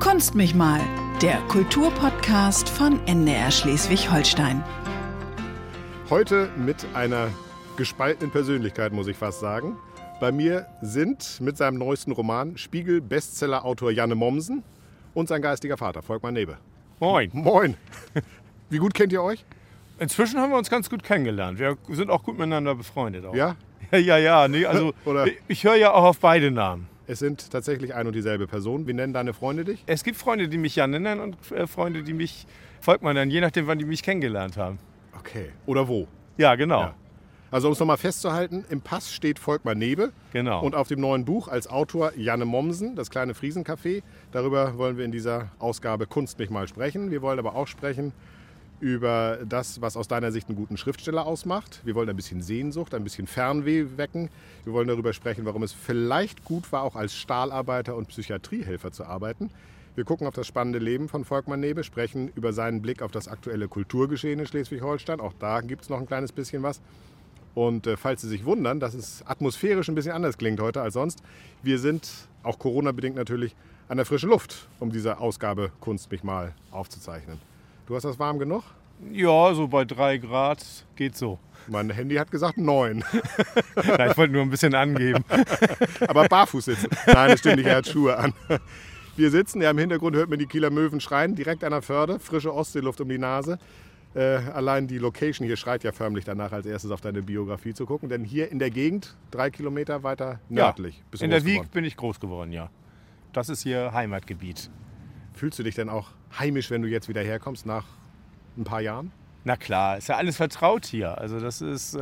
Kunst mich mal, der Kulturpodcast von NDR Schleswig-Holstein. Heute mit einer gespaltenen Persönlichkeit, muss ich fast sagen. Bei mir sind mit seinem neuesten Roman Spiegel-Bestseller-Autor Janne Mommsen und sein geistiger Vater, Volkmar Neebe. Moin. Moin. Wie gut kennt ihr euch? Inzwischen haben wir uns ganz gut kennengelernt. Wir sind auch gut miteinander befreundet. Auch. Ja? Ja. Nee, also Oder? Ich höre ja auch auf beide Namen. Es sind tatsächlich ein und dieselbe Person. Wie nennen deine Freunde dich? Es gibt Freunde, die mich Janne nennen und Freunde, die mich Volkmar nennen, je nachdem, wann die mich kennengelernt haben. Okay. Oder wo? Ja, genau. Ja. Also um es nochmal festzuhalten, im Pass steht Volkmar Neebe. Genau. Und auf dem neuen Buch als Autor Janne Mommsen, das kleine Friesencafé. Darüber wollen wir in dieser Ausgabe Kunst mich mal sprechen. Wir wollen aber auch sprechen über das, was aus deiner Sicht einen guten Schriftsteller ausmacht. Wir wollen ein bisschen Sehnsucht, ein bisschen Fernweh wecken. Wir wollen darüber sprechen, warum es vielleicht gut war, auch als Stahlarbeiter und Psychiatriehelfer zu arbeiten. Wir gucken auf das spannende Leben von Volkmar Neebe, sprechen über seinen Blick auf das aktuelle Kulturgeschehen in Schleswig-Holstein. Auch da gibt es noch ein kleines bisschen was. Und falls Sie sich wundern, dass es atmosphärisch ein bisschen anders klingt heute als sonst, wir sind, auch Corona-bedingt natürlich, an der frischen Luft, um diese Ausgabe Kunst mich mal aufzuzeichnen. Du hast das warm genug? Ja, so bei 3 Grad geht so. Mein Handy hat gesagt 9. Ja, ich wollte nur ein bisschen angeben. Aber barfuß sitzen. Nein, das stimmt nicht, er hat Schuhe an. Wir sitzen, ja, im Hintergrund hört man die Kieler Möwen schreien, direkt an der Förde, frische Ostseeluft um die Nase. Allein die Location hier schreit ja förmlich danach, als erstes auf deine Biografie zu gucken. Denn hier in der Gegend, 3 Kilometer weiter nördlich, bist du in der groß Wieg geworden. bin ich groß geworden, ja. Das ist hier Heimatgebiet. Fühlst du dich denn auch heimisch, wenn du jetzt wieder herkommst, nach ein paar Jahren? Na klar, ist ja alles vertraut hier. Also das ist,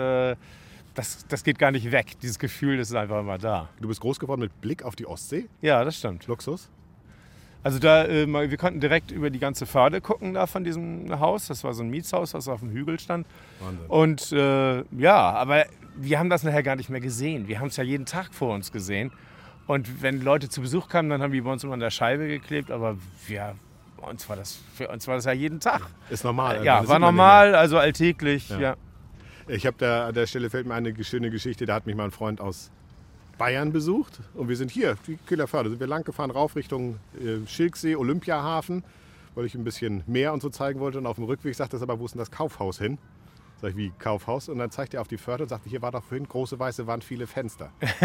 das geht gar nicht weg. Dieses Gefühl, das ist einfach immer da. Du bist groß geworden mit Blick auf die Ostsee? Ja, das stimmt. Luxus? Also da, wir konnten direkt über die ganze Förde gucken da von diesem Haus. Das war so ein Mietshaus, das auf dem Hügel stand. Wahnsinn. Und aber wir haben das nachher gar nicht mehr gesehen. Wir haben es ja jeden Tag vor uns gesehen. Und wenn Leute zu Besuch kamen, dann haben die bei uns immer an der Scheibe geklebt. Aber für uns war das ja jeden Tag. Ist normal. Ja, war normal, also alltäglich. Ja. Ich habe da an der Stelle fällt mir eine schöne Geschichte. Da hat mich mal ein Freund aus Bayern besucht. Und wir sind hier, die Kieler Förde, sind wir lang gefahren, rauf Richtung Schilksee, Olympiahafen, weil ich ein bisschen mehr und so zeigen wollte. Und auf dem Rückweg sagte er aber, wo ist denn das Kaufhaus hin? Sag ich, wie Kaufhaus? Und dann zeigt er auf die Förde und sagte, hier war doch vorhin große weiße Wand, viele Fenster.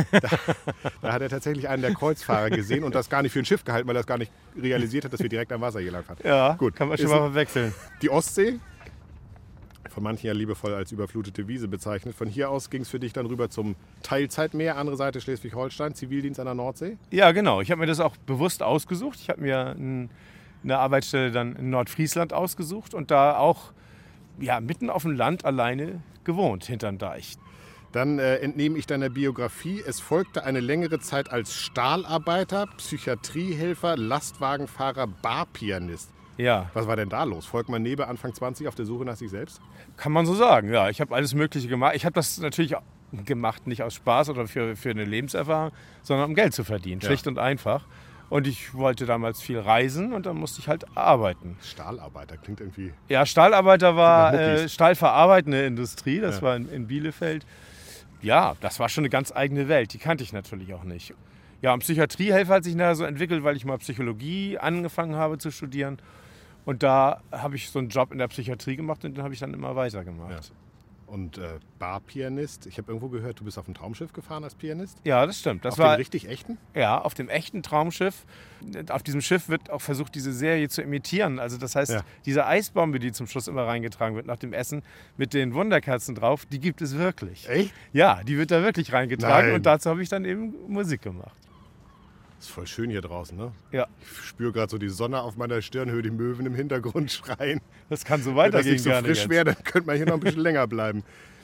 Da hat er tatsächlich einen der Kreuzfahrer gesehen und das gar nicht für ein Schiff gehalten, weil er das gar nicht realisiert hat, dass wir direkt am Wasser hier lang fahren. Ja, gut. Kann man schon mal verwechseln. Die Ostsee, von manchen ja liebevoll als überflutete Wiese bezeichnet. Von hier aus ging es für dich dann rüber zum Teilzeitmeer, andere Seite Schleswig-Holstein, Zivildienst an der Nordsee? Ja, genau. Ich habe mir das auch bewusst ausgesucht. Ich habe mir eine Arbeitsstelle dann in Nordfriesland ausgesucht und da auch mitten auf dem Land alleine gewohnt, hinterm Deich. Dann entnehme ich deiner Biografie, es folgte eine längere Zeit als Stahlarbeiter, Psychiatriehelfer, Lastwagenfahrer, Barpianist. Ja. Was war denn da los? Volkmar Neebe, Anfang 20, auf der Suche nach sich selbst? Kann man so sagen, ja. Ich habe alles Mögliche gemacht. Ich habe das natürlich gemacht, nicht aus Spaß oder für eine Lebenserfahrung, sondern um Geld zu verdienen, schlicht und einfach. Und ich wollte damals viel reisen und dann musste ich halt arbeiten. Stahlarbeiter klingt irgendwie... Ja, Stahlarbeiter war stahlverarbeitende Industrie, das war in Bielefeld. Ja, das war schon eine ganz eigene Welt, die kannte ich natürlich auch nicht. Ja, und Psychiatriehelfer hat sich nachher so entwickelt, weil ich mal Psychologie angefangen habe zu studieren. Und da habe ich so einen Job in der Psychiatrie gemacht und den habe ich dann immer weitergemacht. Ja. Und Barpianist, ich habe irgendwo gehört, du bist auf ein Traumschiff gefahren als Pianist? Ja, das stimmt. Auf dem richtig echten? Ja, auf dem echten Traumschiff. Auf diesem Schiff wird auch versucht, diese Serie zu imitieren. Also das heißt, diese Eisbombe, die zum Schluss immer reingetragen wird nach dem Essen mit den Wunderkerzen drauf, die gibt es wirklich. Echt? Ja, die wird da wirklich reingetragen. Nein. Und dazu habe ich dann eben Musik gemacht. Ist voll schön hier draußen, ne? Ja. Ich spüre gerade so die Sonne auf meiner Stirn, höre die Möwen im Hintergrund schreien. Das kann so Wenn das weitergehen. nicht so frisch wäre, dann könnte man hier noch ein bisschen länger bleiben.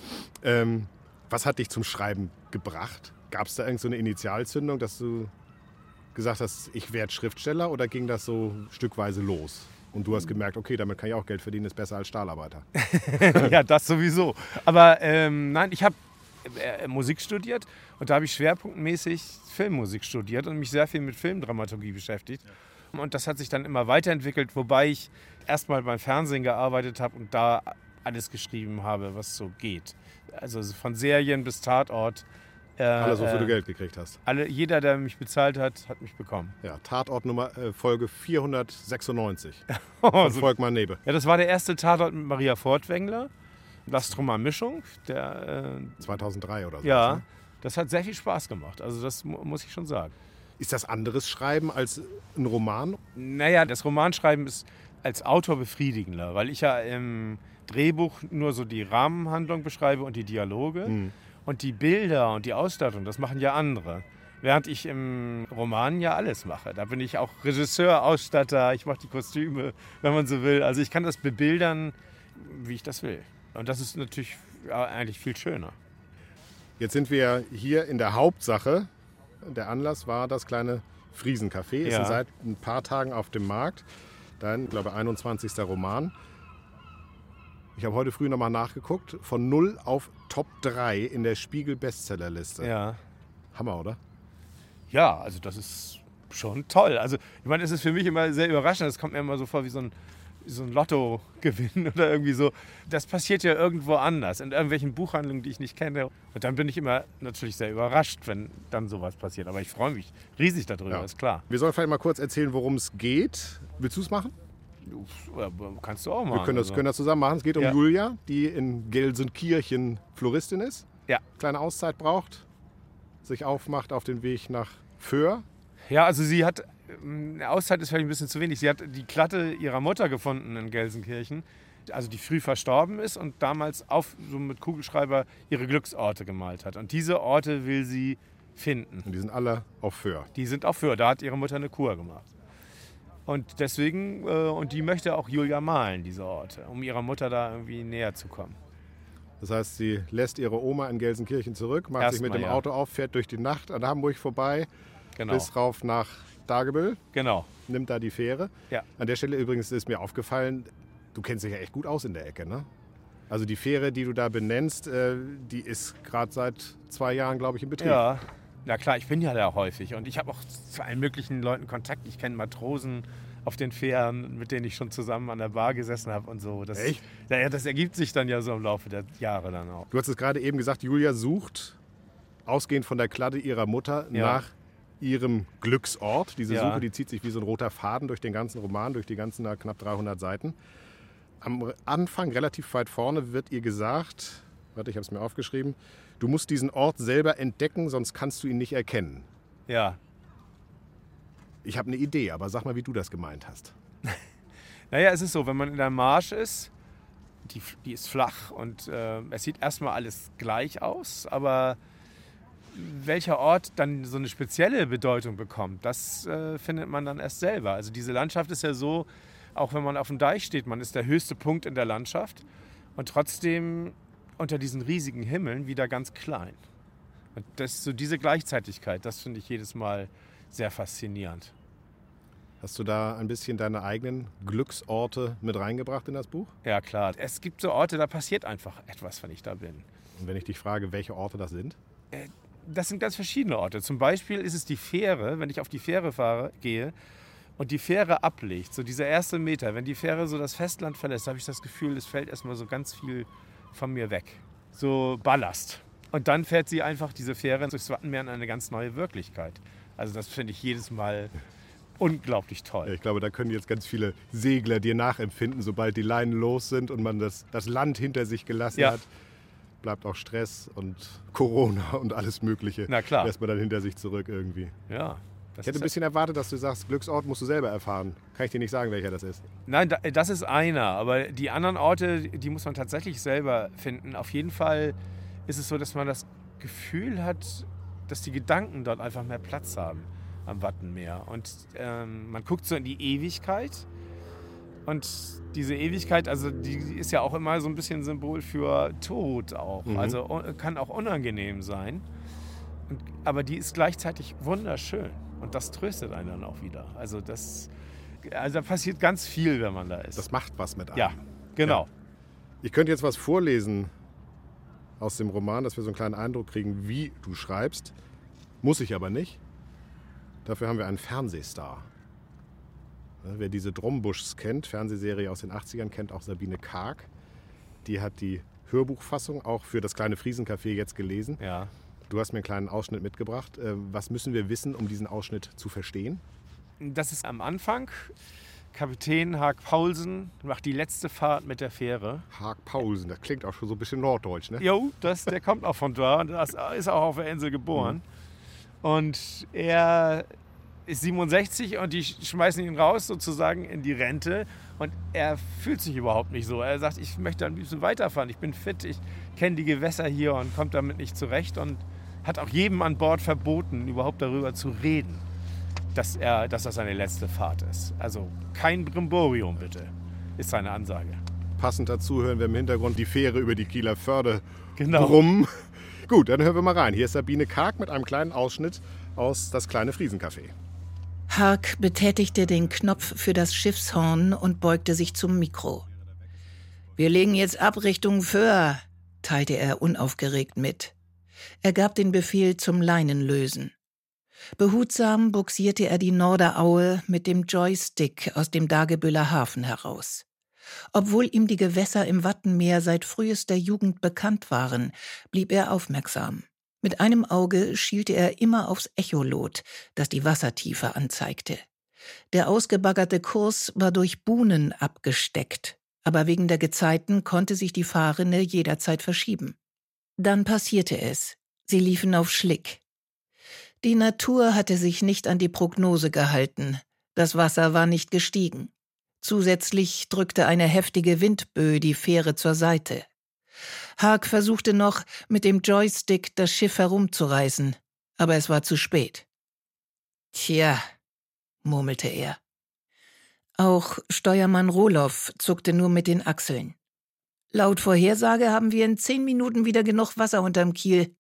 Was hat dich zum Schreiben gebracht? Gab es da irgend so eine Initialzündung, dass du gesagt hast, ich werde Schriftsteller, oder ging das so stückweise los? Und du hast gemerkt, okay, damit kann ich auch Geld verdienen, ist besser als Stahlarbeiter. Ja, das sowieso. Aber nein, ich habe Musik studiert und da habe ich schwerpunktmäßig Filmmusik studiert und mich sehr viel mit Filmdramaturgie beschäftigt. Und das hat sich dann immer weiterentwickelt, wobei ich erstmal beim Fernsehen gearbeitet habe und da alles geschrieben habe, was so geht. Also von Serien bis Tatort Alles, wofür du Geld gekriegt hast. Jeder, der mich bezahlt hat, hat mich bekommen. Ja, Tatortnummer Folge 496 von Volkmar Nebe. Ja, das war der erste Tatort mit Maria Fortwängler. Lastroman-Mischung. 2003 oder so. Ja, das hat sehr viel Spaß gemacht. Also das muss ich schon sagen. Ist das anderes Schreiben als ein Roman? Naja, das Romanschreiben ist als Autor befriedigender, weil ich ja im Drehbuch nur so die Rahmenhandlung beschreibe und die Dialoge. Und die Bilder und die Ausstattung, das machen ja andere. Während ich im Roman ja alles mache. Da bin ich auch Regisseur, Ausstatter, ich mache die Kostüme, wenn man so will. Also ich kann das bebildern, wie ich das will. Und das ist natürlich eigentlich viel schöner. Jetzt sind wir hier in der Hauptsache. Der Anlass war das kleine Friesencafé. Ist seit ein paar Tagen auf dem Markt. Dein, glaube ich, 21. Roman. Ich habe heute früh nochmal nachgeguckt. Von 0 auf Top 3 in der Spiegel-Bestsellerliste. Ja. Hammer, oder? Ja, also das ist schon toll. Also ich meine, es ist für mich immer sehr überraschend. Es kommt mir immer so vor wie so ein Lottogewinn oder irgendwie so. Das passiert ja irgendwo anders, in irgendwelchen Buchhandlungen, die ich nicht kenne. Und dann bin ich immer natürlich sehr überrascht, wenn dann sowas passiert. Aber ich freue mich riesig darüber, ist klar. Wir sollen vielleicht mal kurz erzählen, worum es geht. Willst du es machen? Kannst du auch machen. Wir können das zusammen machen. Es geht um Julia, die in Gelsenkirchen Floristin ist. Ja. Kleine Auszeit braucht, sich aufmacht auf den Weg nach Föhr. Ja, also sie hat, eine Auszeit ist vielleicht ein bisschen zu wenig. Sie hat die Klatte ihrer Mutter gefunden in Gelsenkirchen, also die früh verstorben ist und damals so mit Kugelschreiber ihre Glücksorte gemalt hat. Und diese Orte will sie finden. Und die sind alle auf Föhr. Die sind auf Föhr, da hat ihre Mutter eine Kur gemacht. Und deswegen, und die möchte auch Julia malen, diese Orte, um ihrer Mutter da irgendwie näher zu kommen. Das heißt, sie lässt ihre Oma in Gelsenkirchen zurück, macht sich mit dem Auto auf, fährt durch die Nacht an Hamburg vorbei, bis rauf nach Dagebüll, nimmt da die Fähre. Ja. An der Stelle übrigens ist mir aufgefallen, du kennst dich ja echt gut aus in der Ecke, ne? Also die Fähre, die du da benennst, die ist gerade seit 2 Jahren, glaube ich, in Betrieb. Ja. Na klar, ich bin ja da häufig und ich habe auch zu allen möglichen Leuten Kontakt. Ich kenne Matrosen auf den Fähren, mit denen ich schon zusammen an der Bar gesessen habe und so. Echt? Ja, das ergibt sich dann ja so im Laufe der Jahre dann auch. Du hast es gerade eben gesagt, Julia sucht, ausgehend von der Kladde ihrer Mutter, nach ihrem Glücksort. Diese Suche, die zieht sich wie so ein roter Faden durch den ganzen Roman, durch die ganzen knapp 300 Seiten. Am Anfang, relativ weit vorne, wird ihr gesagt, warte, ich habe es mir aufgeschrieben, du musst diesen Ort selber entdecken, sonst kannst du ihn nicht erkennen. Ja. Ich habe eine Idee, aber sag mal, wie du das gemeint hast. Naja, es ist so, wenn man in der Marsch ist, die ist flach und es sieht erstmal alles gleich aus, aber welcher Ort dann so eine spezielle Bedeutung bekommt, das findet man dann erst selber. Also diese Landschaft ist ja so, auch wenn man auf dem Deich steht, man ist der höchste Punkt in der Landschaft und trotzdem unter diesen riesigen Himmeln wieder ganz klein. Und diese Gleichzeitigkeit, das finde ich jedes Mal sehr faszinierend. Hast du da ein bisschen deine eigenen Glücksorte mit reingebracht in das Buch? Ja, klar. Es gibt so Orte, da passiert einfach etwas, wenn ich da bin. Und wenn ich dich frage, welche Orte das sind? Das sind ganz verschiedene Orte. Zum Beispiel ist es die Fähre, wenn ich auf die Fähre gehe und die Fähre ablegt, so dieser erste Meter, wenn die Fähre so das Festland verlässt, habe ich das Gefühl, es fällt erstmal so ganz viel von mir weg. So Ballast. Und dann fährt sie einfach, diese Fähre, durchs Wattenmeer in eine ganz neue Wirklichkeit. Also das finde ich jedes Mal unglaublich toll. Ja, ich glaube, da können jetzt ganz viele Segler dir nachempfinden, sobald die Leinen los sind und man das Land hinter sich gelassen hat. Bleibt auch Stress und Corona und alles Mögliche. Na klar. Lässt man dann hinter sich zurück irgendwie. Ja. Ich hätte ein bisschen erwartet, dass du sagst, Glücksort musst du selber erfahren. Kann ich dir nicht sagen, welcher das ist. Nein, das ist einer. Aber die anderen Orte, die muss man tatsächlich selber finden. Auf jeden Fall ist es so, dass man das Gefühl hat, dass die Gedanken dort einfach mehr Platz haben am Wattenmeer. Und man guckt so in die Ewigkeit. Und diese Ewigkeit, also die ist ja auch immer so ein bisschen Symbol für Tod auch. Mhm. Also kann auch unangenehm sein. Aber die ist gleichzeitig wunderschön. Und das tröstet einen dann auch wieder. Also da passiert ganz viel, wenn man da ist. Das macht was mit einem. Ja, genau. Ja. Ich könnte jetzt was vorlesen aus dem Roman, dass wir so einen kleinen Eindruck kriegen, wie du schreibst. Muss ich aber nicht. Dafür haben wir einen Fernsehstar. Wer diese Drombuschs kennt, Fernsehserie aus den 80ern, kennt auch Sabine Karg. Die hat die Hörbuchfassung auch für das kleine Friesencafé jetzt gelesen. Ja. Du hast mir einen kleinen Ausschnitt mitgebracht. Was müssen wir wissen, um diesen Ausschnitt zu verstehen? Das ist am Anfang. Kapitän Haak Paulsen macht die letzte Fahrt mit der Fähre. Haak Paulsen, das klingt auch schon so ein bisschen norddeutsch, ne? Jo, der kommt auch von da und das ist auch auf der Insel geboren. Und er ist 67 und die schmeißen ihn raus sozusagen in die Rente. Und er fühlt sich überhaupt nicht so. Er sagt, ich möchte ein bisschen weiterfahren, ich bin fit, ich kenne die Gewässer hier und kommt damit nicht zurecht. Und hat auch jedem an Bord verboten, überhaupt darüber zu reden, dass das seine letzte Fahrt ist. Also kein Brimborium bitte, ist seine Ansage. Passend dazu hören wir im Hintergrund die Fähre über die Kieler Förde Genau. brummen. Gut, dann hören wir mal rein. Hier ist Sabine Karg mit einem kleinen Ausschnitt aus Das kleine Friesencafé. Haak betätigte den Knopf für das Schiffshorn und beugte sich zum Mikro. »Wir legen jetzt ab Richtung Föhr«, teilte er unaufgeregt mit. Er gab den Befehl zum Leinenlösen. Behutsam buxierte er die Norderaue mit dem Joystick aus dem Dagebüller Hafen heraus. Obwohl ihm die Gewässer im Wattenmeer seit frühester Jugend bekannt waren, blieb er aufmerksam. Mit einem Auge schielte er immer aufs Echolot, das die Wassertiefe anzeigte. Der ausgebaggerte Kurs war durch Buhnen abgesteckt, aber wegen der Gezeiten konnte sich die Fahrrinne jederzeit verschieben. Dann passierte es. Sie liefen auf Schlick. Die Natur hatte sich nicht an die Prognose gehalten. Das Wasser war nicht gestiegen. Zusätzlich drückte eine heftige Windböe die Fähre zur Seite. Haak versuchte noch, mit dem Joystick das Schiff herumzureißen, aber es war zu spät. »Tja«, murmelte er. Auch Steuermann Rohloff zuckte nur mit den Achseln. »Laut Vorhersage haben wir in 10 Minuten wieder genug Wasser unterm Kiel.«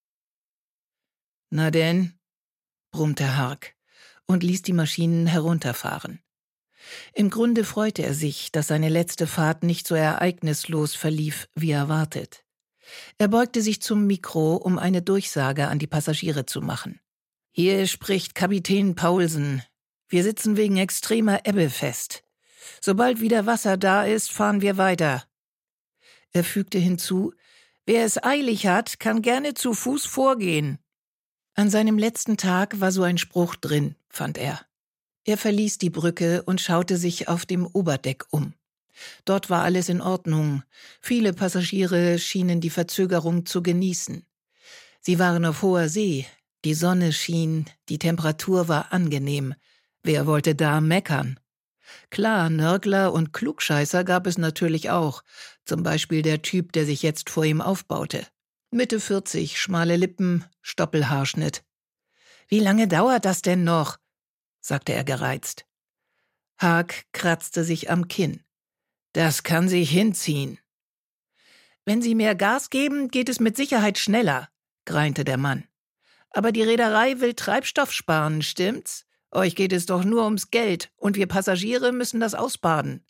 »Na denn«, brummte Haak und ließ die Maschinen herunterfahren. Im Grunde freute er sich, dass seine letzte Fahrt nicht so ereignislos verlief, wie erwartet. Er beugte sich zum Mikro, um eine Durchsage an die Passagiere zu machen. »Hier spricht Kapitän Paulsen. Wir sitzen wegen extremer Ebbe fest. Sobald wieder Wasser da ist, fahren wir weiter.« Er fügte hinzu, »Wer es eilig hat, kann gerne zu Fuß vorgehen.« An seinem letzten Tag war so ein Spruch drin, fand er. Er verließ die Brücke und schaute sich auf dem Oberdeck um. Dort war alles in Ordnung. Viele Passagiere schienen die Verzögerung zu genießen. Sie waren auf hoher See. Die Sonne schien, die Temperatur war angenehm. Wer wollte da meckern? Klar, Nörgler und Klugscheißer gab es natürlich auch. Zum Beispiel der Typ, der sich jetzt vor ihm aufbaute. Mitte 40, schmale Lippen, Stoppelhaarschnitt. »Wie lange dauert das denn noch?« sagte er gereizt. Haak kratzte sich am Kinn. »Das kann sich hinziehen.« »Wenn Sie mehr Gas geben, geht es mit Sicherheit schneller«, greinte der Mann. »Aber die Reederei will Treibstoff sparen, stimmt's? Euch geht es doch nur ums Geld und wir Passagiere müssen das ausbaden.«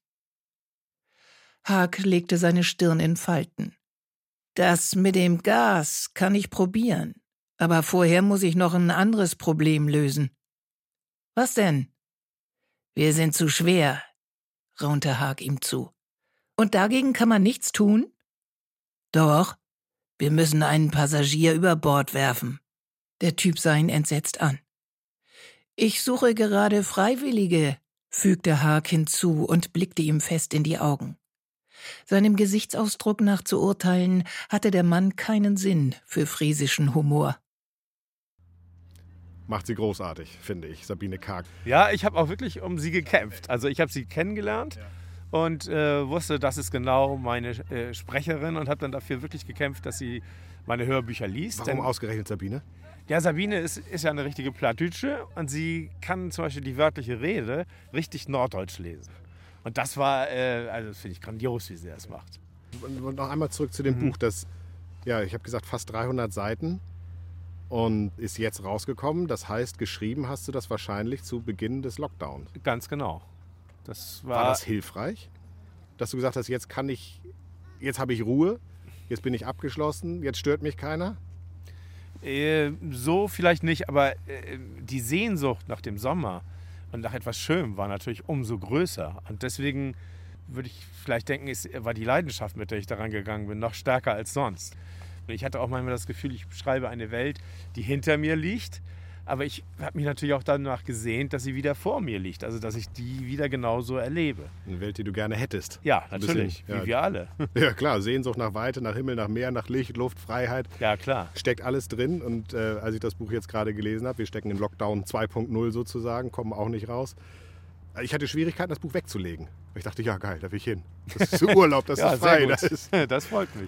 Haak legte seine Stirn in Falten. »Das mit dem Gas kann ich probieren, aber vorher muss ich noch ein anderes Problem lösen.« »Was denn?« »Wir sind zu schwer«, raunte Haak ihm zu. »Und dagegen kann man nichts tun?« »Doch, wir müssen einen Passagier über Bord werfen.« Der Typ sah ihn entsetzt an. »Ich suche gerade Freiwillige«, fügte Haak hinzu und blickte ihm fest in die Augen. Seinem Gesichtsausdruck nach zu urteilen, hatte der Mann keinen Sinn für friesischen Humor. Macht sie großartig, finde ich, Sabine Karg. Ja, ich habe auch wirklich um sie gekämpft. Also ich habe sie kennengelernt und wusste, das ist genau meine Sprecherin und habe dann dafür wirklich gekämpft, dass sie meine Hörbücher liest. Warum ausgerechnet Sabine? Ja, Sabine ist ja eine richtige Plattdütsche und sie kann zum Beispiel die wörtliche Rede richtig norddeutsch lesen. Und das war, das finde ich grandios, wie sie das macht. Und noch einmal zurück zu dem Buch, das, ja, ich habe gesagt, fast 300 Seiten. Und ist jetzt rausgekommen. Das heißt, geschrieben hast du das wahrscheinlich zu Beginn des Lockdowns. Ganz genau. War das hilfreich? Dass du gesagt hast, jetzt habe ich Ruhe, jetzt bin ich abgeschlossen, jetzt stört mich keiner? So vielleicht nicht, aber die Sehnsucht nach dem Sommer und nach etwas Schönem war natürlich umso größer. Und deswegen würde ich vielleicht denken, war die Leidenschaft, mit der ich daran gegangen bin, noch stärker als sonst. nicht. Ich hatte auch manchmal das Gefühl, ich beschreibe eine Welt, die hinter mir liegt. Aber ich habe mich natürlich auch danach gesehnt, dass sie wieder vor mir liegt. Also, dass ich die wieder genauso erlebe. Eine Welt, die du gerne hättest. Ja, natürlich. Wie wir alle. Ja, klar. Sehnsucht nach Weite, nach Himmel, nach Meer, nach Licht, Luft, Freiheit. Ja, klar. Steckt alles drin. Und als ich das Buch jetzt gerade gelesen habe, wir stecken in Lockdown 2.0 sozusagen, kommen auch nicht raus. Ich hatte Schwierigkeiten, das Buch wegzulegen. Ich dachte, ja geil, da will ich hin. Das ist Urlaub, das ist frei. Das freut mich.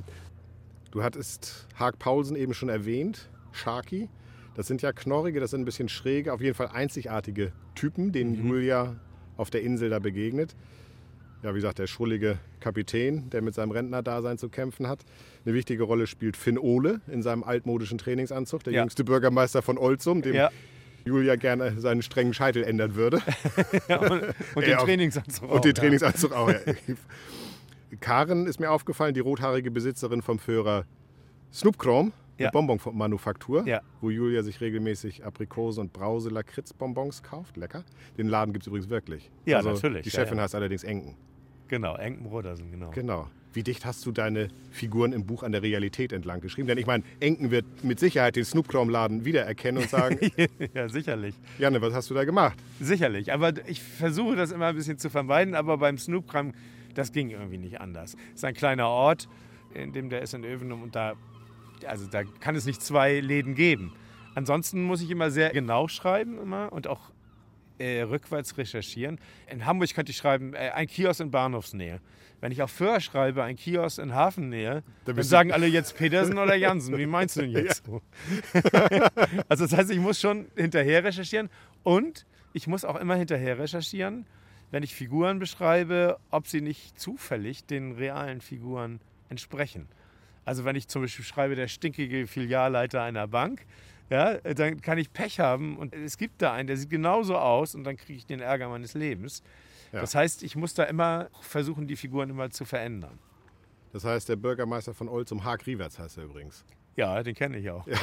Du hattest Haag Paulsen eben schon erwähnt, Sharky. Das sind ja knorrige, das sind ein bisschen schräge, auf jeden Fall einzigartige Typen, denen Julia auf der Insel da begegnet. Ja, wie gesagt, der schrullige Kapitän, der mit seinem Rentnerdasein zu kämpfen hat. Eine wichtige Rolle spielt Finn Ole in seinem altmodischen Trainingsanzug, der jüngste Bürgermeister von Olzum, dem Julia gerne seinen strengen Scheitel ändern würde. und den Trainingsanzug auch. Und den Trainingsanzug auch, ja. Karen ist mir aufgefallen, die rothaarige Besitzerin vom Führer Snoopchrome, eine Bonbonmanufaktur, wo Julia sich regelmäßig Aprikosen- und Brause-Lakritz-Bonbons kauft. Lecker. Den Laden gibt es übrigens wirklich. Ja, also, natürlich. Die Chefin heißt allerdings Enken. Genau, Enken Brodersen, Genau. Wie dicht hast du deine Figuren im Buch an der Realität entlang geschrieben? Denn ich meine, Enken wird mit Sicherheit den Snoopchrome-Laden wiedererkennen und sagen... Ja, sicherlich. Janne, was hast du da gemacht? Sicherlich, aber ich versuche das immer ein bisschen zu vermeiden, aber beim Snoopchrome, das ging irgendwie nicht anders. Es ist ein kleiner Ort, in dem der ist in Övenum und da kann es nicht 2 Läden geben. Ansonsten muss ich immer sehr genau schreiben und auch rückwärts recherchieren. In Hamburg könnte ich schreiben, ein Kiosk in Bahnhofsnähe. Wenn ich auf Föhr schreibe, ein Kiosk in Hafennähe, dann sagen alle jetzt Petersen oder Jansen. Wie meinst du denn jetzt so? Also das heißt, ich muss schon hinterher recherchieren und ich muss auch immer hinterher recherchieren, wenn ich Figuren beschreibe, ob sie nicht zufällig den realen Figuren entsprechen. Also wenn ich zum Beispiel schreibe, der stinkige Filialleiter einer Bank, ja, dann kann ich Pech haben und es gibt da einen, der sieht genauso aus und dann kriege ich den Ärger meines Lebens. Ja. Das heißt, ich muss da immer versuchen, die Figuren immer zu verändern. Das heißt, der Bürgermeister von Olzum, Haag Riewerts heißt er übrigens. Ja, den kenne ich auch. Ja.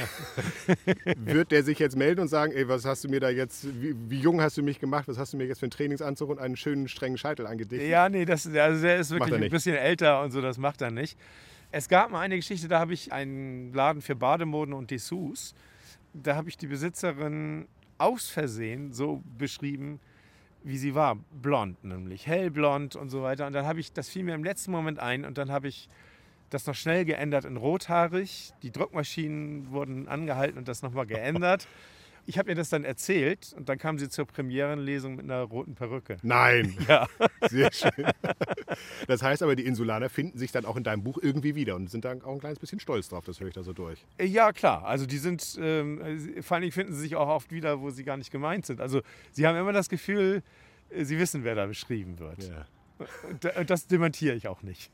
Wird der sich jetzt melden und sagen, ey, was hast du mir da jetzt, wie jung hast du mich gemacht, was hast du mir jetzt für einen Trainingsanzug und einen schönen, strengen Scheitel angedichtet? Ja, nee, der ist wirklich ein bisschen älter und so, das macht er nicht. Es gab mal eine Geschichte, da habe ich einen Laden für Bademoden und Dessous. Da habe ich die Besitzerin aus Versehen so beschrieben, wie sie war. Blond nämlich, hellblond und so weiter. Und dann das fiel mir im letzten Moment ein und dann habe ich das noch schnell geändert in rothaarig. Die Druckmaschinen wurden angehalten und das nochmal geändert. Ich habe ihr das dann erzählt und dann kam sie zur Premierenlesung mit einer roten Perücke. Nein! Ja. Sehr schön. Das heißt aber, die Insulaner finden sich dann auch in deinem Buch irgendwie wieder und sind dann auch ein kleines bisschen stolz drauf, das höre ich da so durch. Ja, klar. Also die sind, vor allen Dingen finden sie sich auch oft wieder, wo sie gar nicht gemeint sind. Also sie haben immer das Gefühl, sie wissen, wer da beschrieben wird. Ja. Und das dementiere ich auch nicht.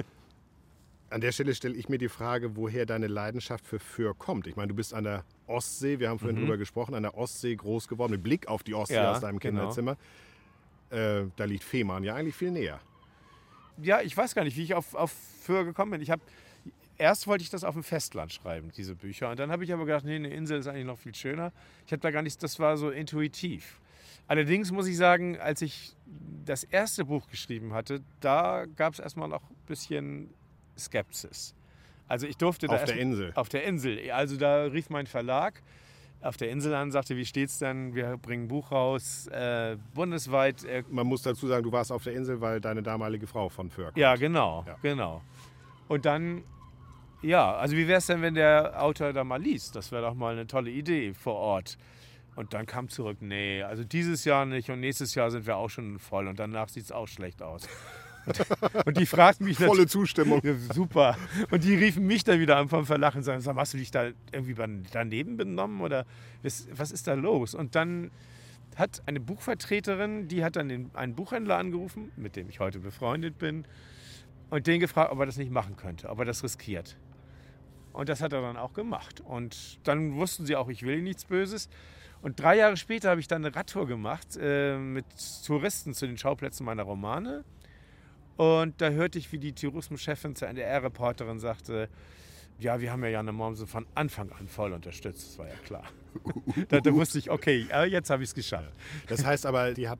An der Stelle stelle ich mir die Frage, woher deine Leidenschaft für Föhr kommt. Ich meine, du bist an der Ostsee, wir haben vorhin drüber gesprochen, an der Ostsee groß geworden, mit Blick auf die Ostsee aus deinem Kinderzimmer. Da liegt Fehmarn ja eigentlich viel näher. Ja, ich weiß gar nicht, wie ich auf Föhr gekommen bin. Erst wollte ich das auf dem Festland schreiben, diese Bücher. Und dann habe ich aber gedacht, nee, eine Insel ist eigentlich noch viel schöner. Ich habe da gar nichts, das war so intuitiv. Allerdings muss ich sagen, als ich das erste Buch geschrieben hatte, da gab es erstmal noch ein bisschen Skepsis. Also ich durfte da auf der Insel. Auf der Insel. Also da rief mein Verlag auf der Insel an, sagte, wie steht's denn? Wir bringen ein Buch raus, bundesweit. Man muss dazu sagen, du warst auf der Insel, weil deine damalige Frau von Föhr kommt. Ja, genau. Und dann, also wie wäre es denn, wenn der Autor da mal liest? Das wäre doch mal eine tolle Idee vor Ort. Und dann kam zurück, nee, also dieses Jahr nicht und nächstes Jahr sind wir auch schon voll und danach sieht es auch schlecht aus. Und die fragten mich volle Zustimmung. Ja, super. Und die riefen mich dann wieder an vom Verlag und sagten, hast du dich da irgendwie daneben benommen oder was ist da los? Und dann hat eine Buchvertreterin, die hat dann einen Buchhändler angerufen, mit dem ich heute befreundet bin, und den gefragt, ob er das nicht machen könnte, ob er das riskiert. Und das hat er dann auch gemacht. Und dann wussten sie auch, ich will nichts Böses. Und 3 Jahre später habe ich dann eine Radtour gemacht mit Touristen zu den Schauplätzen meiner Romane. Und da hörte ich, wie die Tourismuschefin zur NDR-Reporterin sagte, ja, wir haben ja Janne Mommsen von Anfang an voll unterstützt, das war ja klar. Da wusste ich, okay, jetzt habe ich es geschafft. Das heißt aber, die hatten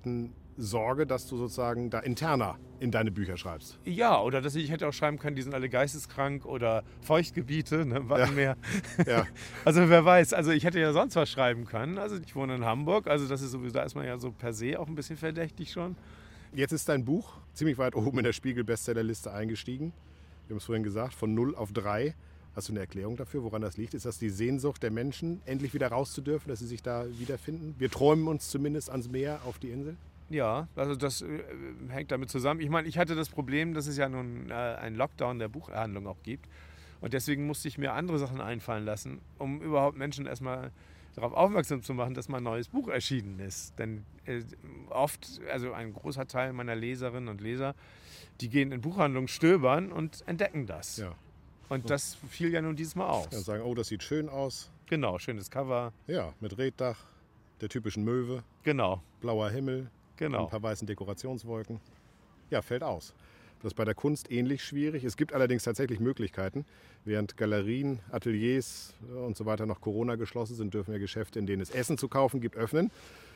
Sorge, dass du sozusagen da interner in deine Bücher schreibst. Ja, oder dass ich hätte auch schreiben können, die sind alle geisteskrank oder Feuchtgebiete, ne, Wattenmeer. Ja. Also wer weiß, also ich hätte ja sonst was schreiben können. Also ich wohne in Hamburg, also das ist sowieso, da ist man ja so per se auch ein bisschen verdächtig schon. Jetzt ist dein Buch ziemlich weit oben in der Spiegel-Bestsellerliste eingestiegen. Wir haben es vorhin gesagt, von 0 auf 3. Hast du eine Erklärung dafür, woran das liegt? Ist das die Sehnsucht der Menschen, endlich wieder rauszudürfen, dass sie sich da wiederfinden? Wir träumen uns zumindest ans Meer, auf die Insel. Ja, also das hängt damit zusammen. Ich meine, ich hatte das Problem, dass es ja nun einen Lockdown der Buchhandlung auch gibt. Und deswegen musste ich mir andere Sachen einfallen lassen, um überhaupt Menschen erstmal darauf aufmerksam zu machen, dass mein neues Buch erschienen ist. Denn oft, also ein großer Teil meiner Leserinnen und Leser, die gehen in Buchhandlungen stöbern und entdecken das. Ja. Und das fiel ja nun dieses Mal aus. Ja, und sagen, oh, das sieht schön aus. Genau, schönes Cover. Ja, mit Reetdach, der typischen Möwe, Genau, blauer Himmel, genau. ein paar weißen Dekorationswolken. Ja, fällt aus. Das ist bei der Kunst ähnlich schwierig. Es gibt allerdings tatsächlich Möglichkeiten. Während Galerien, Ateliers und so weiter noch Corona geschlossen sind, dürfen ja Geschäfte, in denen es Essen zu kaufen gibt, öffnen.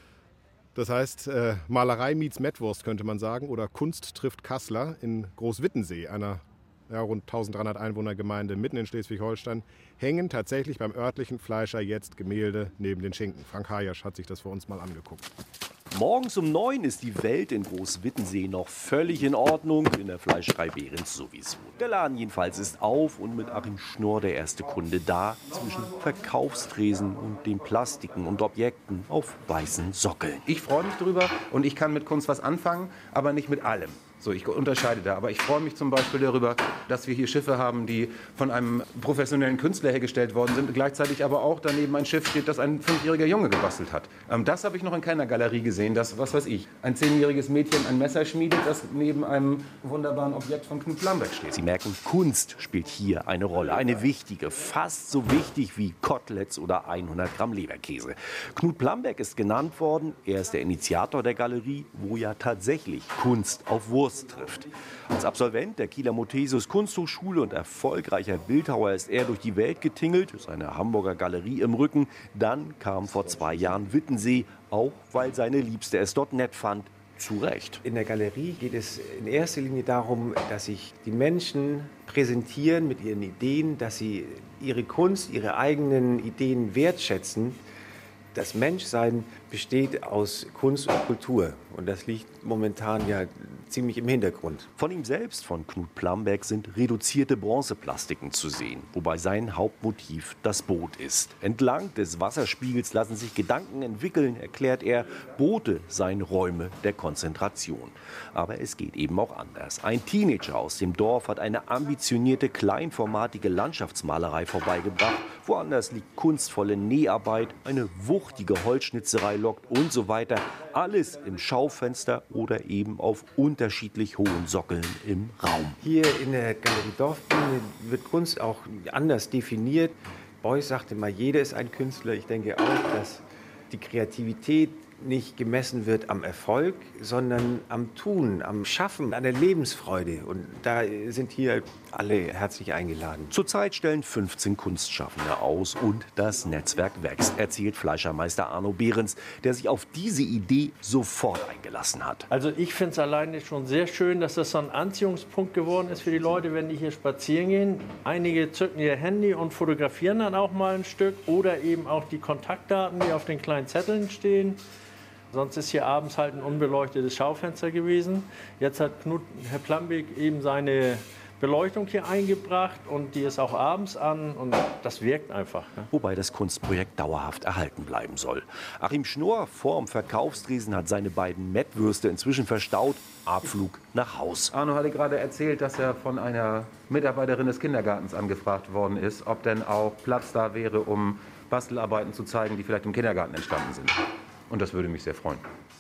Das heißt, Malerei meets Mettwurst könnte man sagen, oder Kunst trifft Kassler in Großwittensee, einer rund 1300 Einwohnergemeinde mitten in Schleswig-Holstein, hängen tatsächlich beim örtlichen Fleischer jetzt Gemälde neben den Schinken. Frank Hayasch hat sich das für uns mal angeguckt. Morgens um 9 ist die Welt in Großwittensee noch völlig in Ordnung, in der Fleischerei Behrens sowieso. Der Laden jedenfalls ist auf und mit Achim Schnorr der erste Kunde da, zwischen Verkaufstresen und den Plastiken und Objekten auf weißen Sockeln. Ich freue mich drüber und ich kann mit Kunst was anfangen, aber nicht mit allem. So, ich unterscheide da. Aber ich freue mich zum Beispiel darüber, dass wir hier Schiffe haben, die von einem professionellen Künstler hergestellt worden sind. Gleichzeitig aber auch daneben ein Schiff steht, das ein 5-jähriger Junge gebastelt hat. Das habe ich noch in keiner Galerie gesehen, dass, was weiß ich, ein 10-jähriges Mädchen ein Messer schmiedet, das neben einem wunderbaren Objekt von Knut Plambeck steht. Sie merken, Kunst spielt hier eine Rolle. Eine wichtige, fast so wichtig wie Koteletts oder 100 Gramm Leberkäse. Knut Plambeck ist genannt worden. Er ist der Initiator der Galerie, wo ja tatsächlich Kunst auf Wurst trifft. Als Absolvent der Kieler Muthesius Kunsthochschule und erfolgreicher Bildhauer ist er durch die Welt getingelt, seine Hamburger Galerie im Rücken. Dann kam vor 2 Jahren Wittensee, auch weil seine Liebste es dort nett fand. Zu Recht. In der Galerie geht es in erster Linie darum, dass sich die Menschen präsentieren mit ihren Ideen, dass sie ihre Kunst, ihre eigenen Ideen wertschätzen. Das Menschsein besteht aus Kunst und Kultur und das liegt momentan ja ziemlich im Hintergrund. Von ihm selbst, von Knut Plambeck, sind reduzierte Bronzeplastiken zu sehen, wobei sein Hauptmotiv das Boot ist. Entlang des Wasserspiegels lassen sich Gedanken entwickeln, erklärt er. Boote seien Räume der Konzentration. Aber es geht eben auch anders. Ein Teenager aus dem Dorf hat eine ambitionierte, kleinformatige Landschaftsmalerei vorbeigebracht. Woanders liegt kunstvolle Näharbeit, eine wuchtige Holzschnitzerei lockt und so weiter. Alles im Schaufenster oder eben auf unterschiedlich hohen Sockeln im Raum. Hier in der Galerie Dorfbühne wird Kunst auch anders definiert. Beuys sagte mal, jeder ist ein Künstler. Ich denke auch, dass die Kreativität nicht gemessen wird am Erfolg, sondern am Tun, am Schaffen, an der Lebensfreude. Und da sind hier alle herzlich eingeladen. Zurzeit stellen 15 Kunstschaffende aus und das Netzwerk wächst, erzählt Fleischermeister Arno Behrens, der sich auf diese Idee sofort eingelassen hat. Also ich finde es alleine schon sehr schön, dass das so ein Anziehungspunkt geworden ist für die Leute, wenn die hier spazieren gehen. Einige zücken ihr Handy und fotografieren dann auch mal ein Stück oder eben auch die Kontaktdaten, die auf den kleinen Zetteln stehen. Sonst ist hier abends halt ein unbeleuchtetes Schaufenster gewesen. Jetzt hat Herr Plambeck eben seine Beleuchtung hier eingebracht und die ist auch abends an und das wirkt einfach. Ne? Wobei das Kunstprojekt dauerhaft erhalten bleiben soll. Achim Schnorr vorm Verkaufstresen hat seine beiden Mettwürste inzwischen verstaut. Abflug nach Haus. Arno hatte gerade erzählt, dass er von einer Mitarbeiterin des Kindergartens angefragt worden ist, ob denn auch Platz da wäre, um Bastelarbeiten zu zeigen, die vielleicht im Kindergarten entstanden sind. Und das würde mich sehr freuen.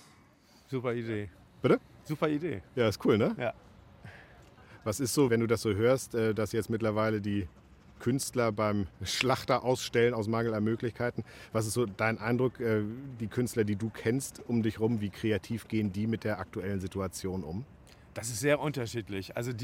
Super Idee. Bitte? Super Idee. Ja, ist cool, ne? Ja. Was ist so, wenn du das so hörst, dass jetzt mittlerweile die Künstler beim Schlachter ausstellen aus Mangel an Möglichkeiten? Was ist so dein Eindruck, die Künstler, die du kennst um dich rum, wie kreativ gehen die mit der aktuellen Situation um? Das ist sehr unterschiedlich. Also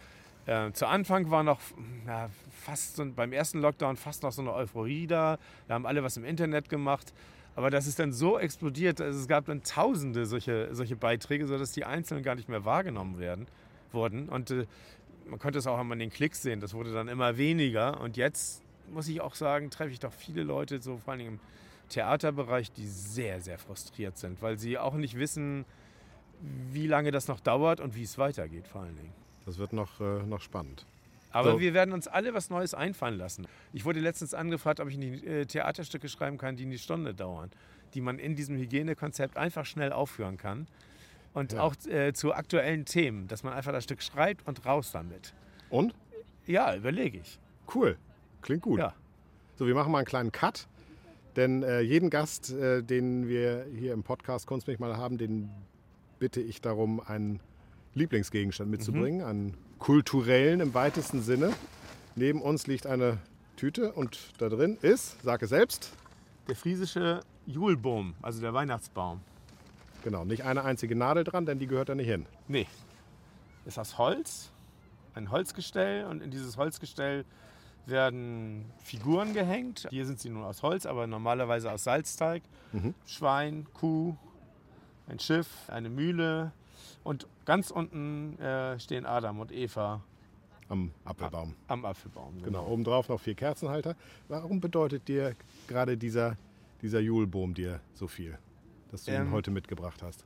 zu Anfang war noch fast so, beim ersten Lockdown fast noch so eine Euphorie da. Da haben alle was im Internet gemacht. Aber das ist dann so explodiert, also es gab dann tausende solche Beiträge, sodass die einzelnen gar nicht mehr wahrgenommen wurden. Und man konnte es auch an den Klicks sehen, das wurde dann immer weniger. Und jetzt, muss ich auch sagen, treffe ich doch viele Leute, so vor allem im Theaterbereich, die sehr, sehr frustriert sind, weil sie auch nicht wissen, wie lange das noch dauert und wie es weitergeht vor allen Dingen. Das wird noch spannend. Aber wir werden uns alle was Neues einfallen lassen. Ich wurde letztens angefragt, ob ich Theaterstücke schreiben kann, die eine Stunde dauern, die man in diesem Hygienekonzept einfach schnell aufführen kann. Und auch zu aktuellen Themen, dass man einfach das Stück schreibt und raus damit. Und? Ja, überlege ich. Cool, klingt gut. Ja. So, wir machen mal einen kleinen Cut, denn jeden Gast, den wir hier im Podcast Kunst mich mal haben, den bitte ich darum, einen Lieblingsgegenstand mitzubringen, einen kulturellen im weitesten Sinne. Neben uns liegt eine Tüte und da drin ist, sag es selbst, der friesische Julbaum, also der Weihnachtsbaum. Genau, nicht eine einzige Nadel dran, denn die gehört da nicht hin. Nee, ist aus Holz, ein Holzgestell, und in dieses Holzgestell werden Figuren gehängt. Hier sind sie nun aus Holz, aber normalerweise aus Salzteig. Schwein, Kuh, ein Schiff, eine Mühle. Und ganz unten stehen Adam und Eva. Am Apfelbaum. Am Apfelbaum, genau. Obendrauf noch 4 Kerzenhalter. Warum bedeutet dir gerade dieser Julbaum dir so viel, dass du ihn heute mitgebracht hast?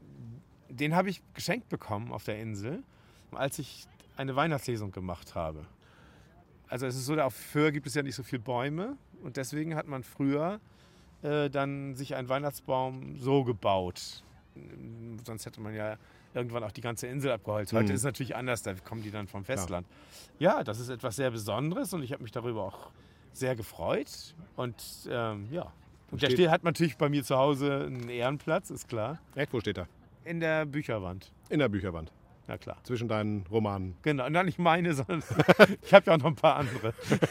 Den habe ich geschenkt bekommen auf der Insel, als ich eine Weihnachtslesung gemacht habe. Also es ist so, auf Föhr gibt es ja nicht so viele Bäume und deswegen hat man früher dann sich einen Weihnachtsbaum so gebaut. Sonst hätte man ja irgendwann auch die ganze Insel abgeholzt. Heute ist es natürlich anders, da kommen die dann vom Festland. Ja, das ist etwas sehr Besonderes und ich habe mich darüber auch sehr gefreut. Und und der hat natürlich bei mir zu Hause einen Ehrenplatz, ist klar. Echt, wo steht er? In der Bücherwand. In der Bücherwand. Na klar. Zwischen deinen Romanen. Genau, und dann nicht meine, sondern ich habe ja auch noch ein paar andere.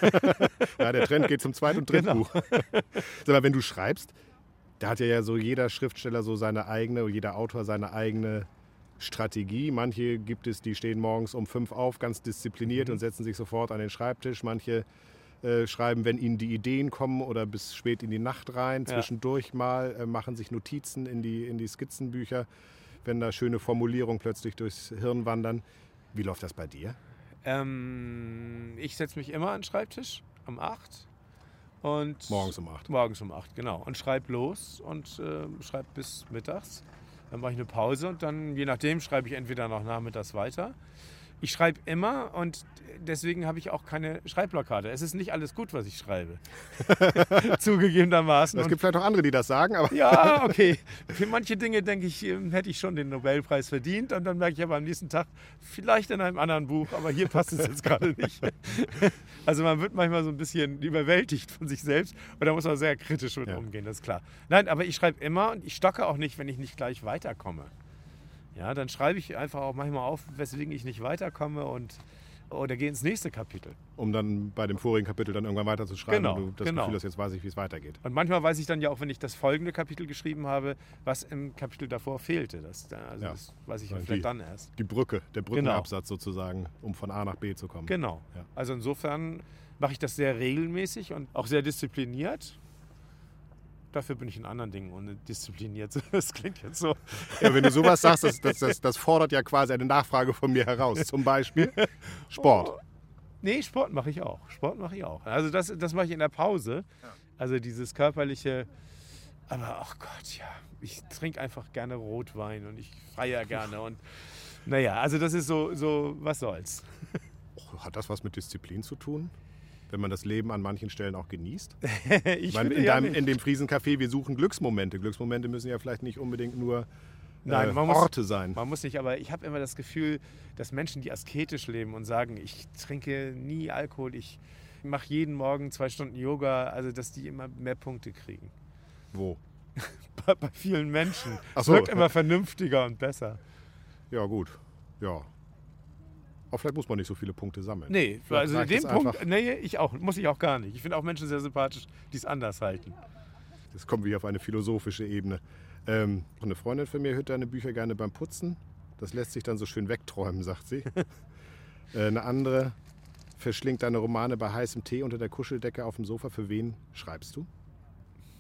Ja, der Trend geht zum 2. und 3. Buch. Sag mal, wenn du schreibst, da hat ja so jeder Schriftsteller so seine eigene, jeder Autor seine eigene Strategie. Manche gibt es, die stehen morgens um 5 auf, ganz diszipliniert und setzen sich sofort an den Schreibtisch. Manche schreiben, wenn ihnen die Ideen kommen oder bis spät in die Nacht rein. Zwischendurch mal machen sich Notizen in die Skizzenbücher, wenn da schöne Formulierungen plötzlich durchs Hirn wandern. Wie läuft das bei dir? Ich setze mich immer an den Schreibtisch um 8. Und morgens um 8. Morgens um 8, genau. Und schreibe los und schreibe bis mittags. Dann mache ich eine Pause und dann, je nachdem, schreibe ich entweder noch nachmittags weiter. Ich schreibe immer und deswegen habe ich auch keine Schreibblockade. Es ist nicht alles gut, was ich schreibe. Zugegebenermaßen. Es gibt vielleicht auch andere, die das sagen. Aber ja, okay. Für manche Dinge, denke ich, hätte ich schon den Nobelpreis verdient. Und dann merke ich aber am nächsten Tag, vielleicht in einem anderen Buch, aber hier passt es jetzt gerade nicht. Also man wird manchmal so ein bisschen überwältigt von sich selbst. Und da muss man sehr kritisch mit umgehen, das ist klar. Nein, aber ich schreibe immer und ich stocke auch nicht, wenn ich nicht gleich weiterkomme. Ja, dann schreibe ich einfach auch manchmal auf, weswegen ich nicht weiterkomme oder gehe ins nächste Kapitel. Um dann bei dem vorigen Kapitel dann irgendwann weiter zu schreiben. Genau, und du das Gefühl hast, jetzt weiß ich, wie es weitergeht. Und manchmal weiß ich dann ja auch, wenn ich das folgende Kapitel geschrieben habe, was im Kapitel davor fehlte. Das weiß ich vielleicht dann erst. Die Brücke, der Brückenabsatz sozusagen, um von A nach B zu kommen. Genau. Ja. Also insofern mache ich das sehr regelmäßig und auch sehr diszipliniert. Dafür bin ich in anderen Dingen undiszipliniert. Das klingt jetzt so. Ja, wenn du sowas sagst, das fordert ja quasi eine Nachfrage von mir heraus. Zum Beispiel Sport. Oh. Nee, Sport mache ich auch. Also das mache ich in der Pause. Also dieses körperliche. Aber ach Gott, ja. Ich trinke einfach gerne Rotwein und ich feiere gerne. Und naja, also das ist so was soll's. Hat das was mit Disziplin zu tun? Wenn man das Leben an manchen Stellen auch genießt? In dem Friesencafé, wir suchen Glücksmomente. Glücksmomente müssen ja vielleicht nicht unbedingt nur Orte sein. Man muss nicht, aber ich habe immer das Gefühl, dass Menschen, die asketisch leben und sagen, ich trinke nie Alkohol, ich mache jeden Morgen 2 Stunden Yoga, also dass die immer mehr Punkte kriegen. Wo? Bei vielen Menschen. Ach so. Es wirkt immer vernünftiger und besser. Ja, gut. Ja. Aber vielleicht muss man nicht so viele Punkte sammeln. Nee, also den Punkt, muss ich auch gar nicht. Ich finde auch Menschen sehr sympathisch, die es anders halten. Das kommt wie auf eine philosophische Ebene. Eine Freundin von mir hört deine Bücher gerne beim Putzen. Das lässt sich dann so schön wegträumen, sagt sie. Eine andere verschlingt deine Romane bei heißem Tee unter der Kuscheldecke auf dem Sofa. Für wen schreibst du?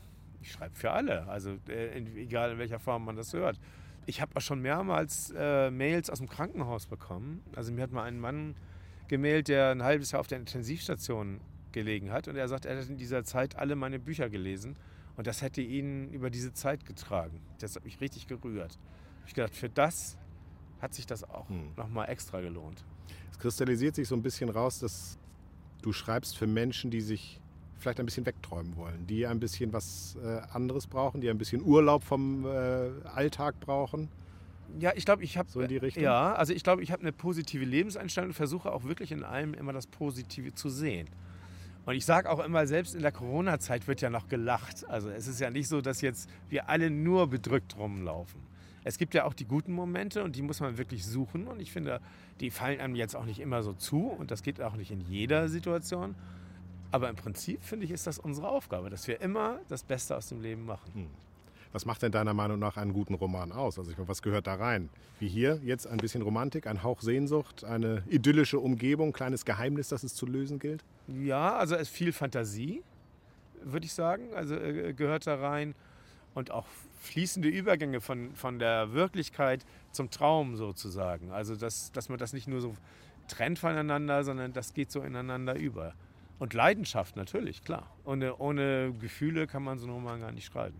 Ich schreibe für alle, also egal in welcher Form man das hört. Ich habe auch schon mehrmals Mails aus dem Krankenhaus bekommen. Also mir hat mal ein Mann gemailt, der ein halbes Jahr auf der Intensivstation gelegen hat. Und er sagt, er hat in dieser Zeit alle meine Bücher gelesen. Und das hätte ihn über diese Zeit getragen. Das hat mich richtig gerührt. Ich habe gedacht, für das hat sich das auch nochmal extra gelohnt. Es kristallisiert sich so ein bisschen raus, dass du schreibst für Menschen, die sich vielleicht ein bisschen wegträumen wollen, die ein bisschen was anderes brauchen, die ein bisschen Urlaub vom Alltag brauchen. Ja, ich glaube, ich habe so in die Richtung. Ja, also ich glaube, ich habe eine positive Lebenseinstellung und versuche auch wirklich in allem immer das Positive zu sehen. Und ich sage auch immer, selbst in der Corona-Zeit wird ja noch gelacht. Also es ist ja nicht so, dass jetzt wir alle nur bedrückt rumlaufen. Es gibt ja auch die guten Momente und die muss man wirklich suchen. Und ich finde, die fallen einem jetzt auch nicht immer so zu und das geht auch nicht in jeder Situation. Aber im Prinzip, finde ich, ist das unsere Aufgabe, dass wir immer das Beste aus dem Leben machen. Was macht denn deiner Meinung nach einen guten Roman aus? Also ich meine, was gehört da rein? Wie hier jetzt ein bisschen Romantik, ein Hauch Sehnsucht, eine idyllische Umgebung, kleines Geheimnis, das es zu lösen gilt? Ja, also es ist viel Fantasie, würde ich sagen, also gehört da rein. Und auch fließende Übergänge von der Wirklichkeit zum Traum sozusagen. Also dass man das nicht nur so trennt voneinander, sondern das geht so ineinander über. Und Leidenschaft natürlich, klar. Ohne Gefühle kann man so einen Roman gar nicht schreiben.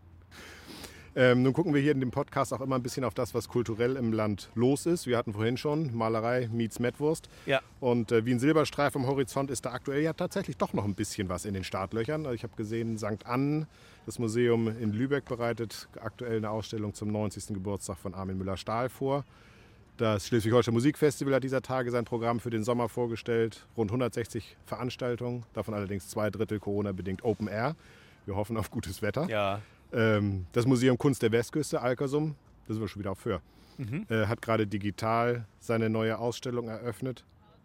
Nun gucken wir hier in dem Podcast auch immer ein bisschen auf das, was kulturell im Land los ist. Wir hatten vorhin schon Malerei meets Mettwurst. Ja. Und wie ein Silberstreif am Horizont ist da aktuell ja tatsächlich doch noch ein bisschen was in den Startlöchern. Ich habe gesehen, St. Annen, das Museum in Lübeck, bereitet aktuell eine Ausstellung zum 90. Geburtstag von Armin Müller-Stahl vor. Das Schleswig-Holstein Musikfestival hat dieser Tage sein Programm für den Sommer vorgestellt. Rund 160 Veranstaltungen, davon allerdings 2/3 Corona-bedingt Open Air. Wir hoffen auf gutes Wetter. Ja. Das Museum Kunst der Westküste, Alkersum, da sind wir schon wieder auf Föhr, hat gerade digital seine neue Ausstellung eröffnet.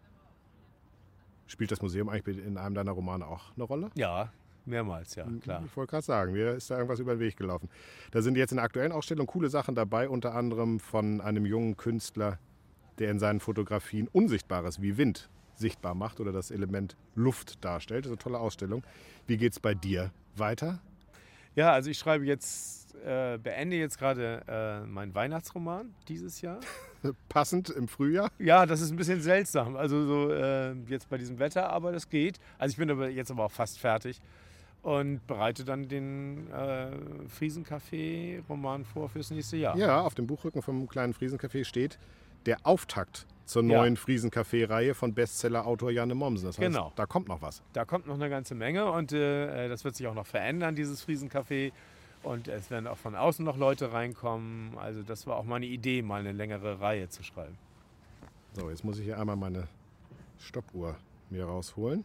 Spielt das Museum eigentlich in einem deiner Romane auch eine Rolle? Ja, mehrmals, ja, klar. Ich wollte gerade sagen, mir ist da irgendwas über den Weg gelaufen. Da sind jetzt in der aktuellen Ausstellung coole Sachen dabei, unter anderem von einem jungen Künstler, der in seinen Fotografien Unsichtbares wie Wind sichtbar macht oder das Element Luft darstellt. Das ist eine tolle Ausstellung. Wie geht es bei dir weiter? Ja, also ich schreibe jetzt, beende jetzt gerade meinen Weihnachtsroman dieses Jahr. Passend im Frühjahr? Ja, das ist ein bisschen seltsam, also so jetzt bei diesem Wetter, aber das geht. Also ich bin jetzt aber auch fast fertig und bereite dann den Friesencafé-Roman vor fürs nächste Jahr. Ja, auf dem Buchrücken vom kleinen Friesencafé steht der Auftakt zur neuen Friesencafé-Reihe von Bestseller-Autor Janne Mommsen. Das heißt, genau. Da kommt noch was. Da kommt noch eine ganze Menge und das wird sich auch noch verändern, dieses Friesencafé. Und es werden auch von außen noch Leute reinkommen. Also das war auch meine Idee, mal eine längere Reihe zu schreiben. So, jetzt muss ich hier einmal meine Stoppuhr mir rausholen.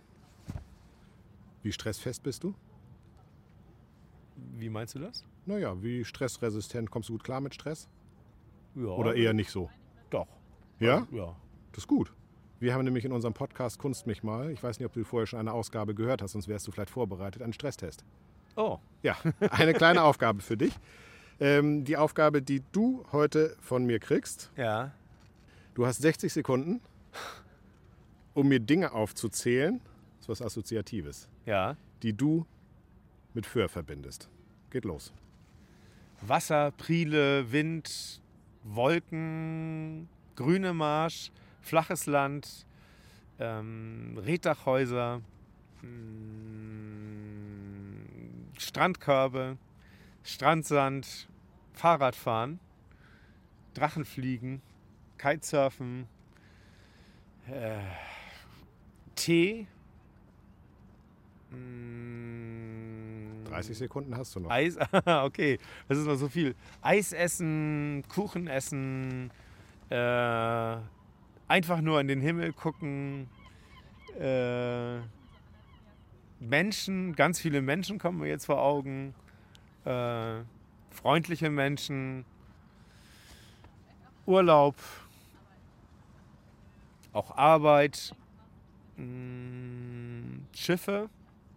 Wie stressfest bist du? Wie meinst du das? Naja, wie stressresistent? Kommst du gut klar mit Stress? Ja. Oder eher nicht so? Doch. Ja? Ja. Das ist gut. Wir haben nämlich in unserem Podcast Kunst mich mal, ich weiß nicht, ob du vorher schon eine Ausgabe gehört hast, sonst wärst du vielleicht vorbereitet, einen Stresstest. Oh. Ja, eine kleine Aufgabe für dich. Die Aufgabe, die du heute von mir kriegst. Ja. Du hast 60 Sekunden, um mir Dinge aufzuzählen, das ist was Assoziatives, Ja. die du mit Föhr verbindest. Geht los. Wasser, Priele, Wind, Wolken, grüne Marsch, flaches Land, Reetdachhäuser, Strandkörbe, Strandsand, Fahrradfahren, Drachenfliegen, Kitesurfen, Tee, 30 Sekunden hast du noch. Eis, okay, das ist noch so viel. Eis essen, Kuchen essen, einfach nur in den Himmel gucken, Menschen, ganz viele Menschen kommen mir jetzt vor Augen, freundliche Menschen, Urlaub, auch Arbeit, Schiffe,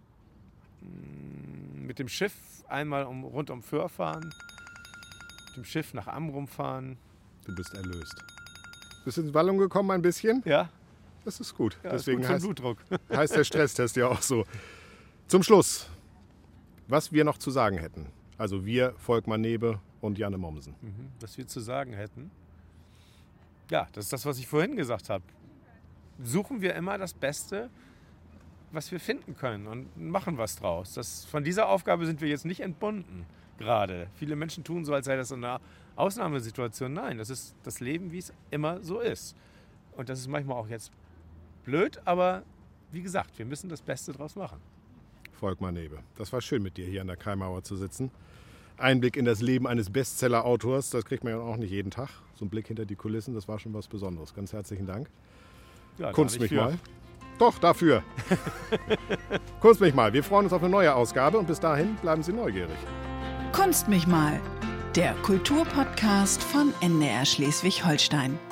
mit dem Schiff einmal rund um Föhr fahren, mit dem Schiff nach Amrum fahren. Du bist erlöst. Bist du in Wallung gekommen ein bisschen? Ja. Das ist gut. Ja, Deswegen ist gut für den Blutdruck. heißt der Stresstest ja auch so. Zum Schluss, was wir noch zu sagen hätten. Also wir, Volkmar Nebe und Janne Mommsen. Was wir zu sagen hätten? Ja, das ist das, was ich vorhin gesagt habe. Suchen wir immer das Beste, was wir finden können und machen was draus. Von dieser Aufgabe sind wir jetzt nicht entbunden gerade. Viele Menschen tun so, als sei das so eine Ausnahmesituation. Nein, das ist das Leben, wie es immer so ist. Und das ist manchmal auch jetzt blöd, aber wie gesagt, wir müssen das Beste draus machen. Volkmar Nebe, das war schön mit dir hier an der Kaimauer zu sitzen. Einblick in das Leben eines Bestseller-Autors, das kriegt man ja auch nicht jeden Tag. So ein Blick hinter die Kulissen, das war schon was Besonderes. Ganz herzlichen Dank. Ja, Kunst mich mal. Doch, dafür. Kunst mich mal. Wir freuen uns auf eine neue Ausgabe und bis dahin bleiben Sie neugierig. Kunst mich mal, der Kulturpodcast von NDR Schleswig-Holstein.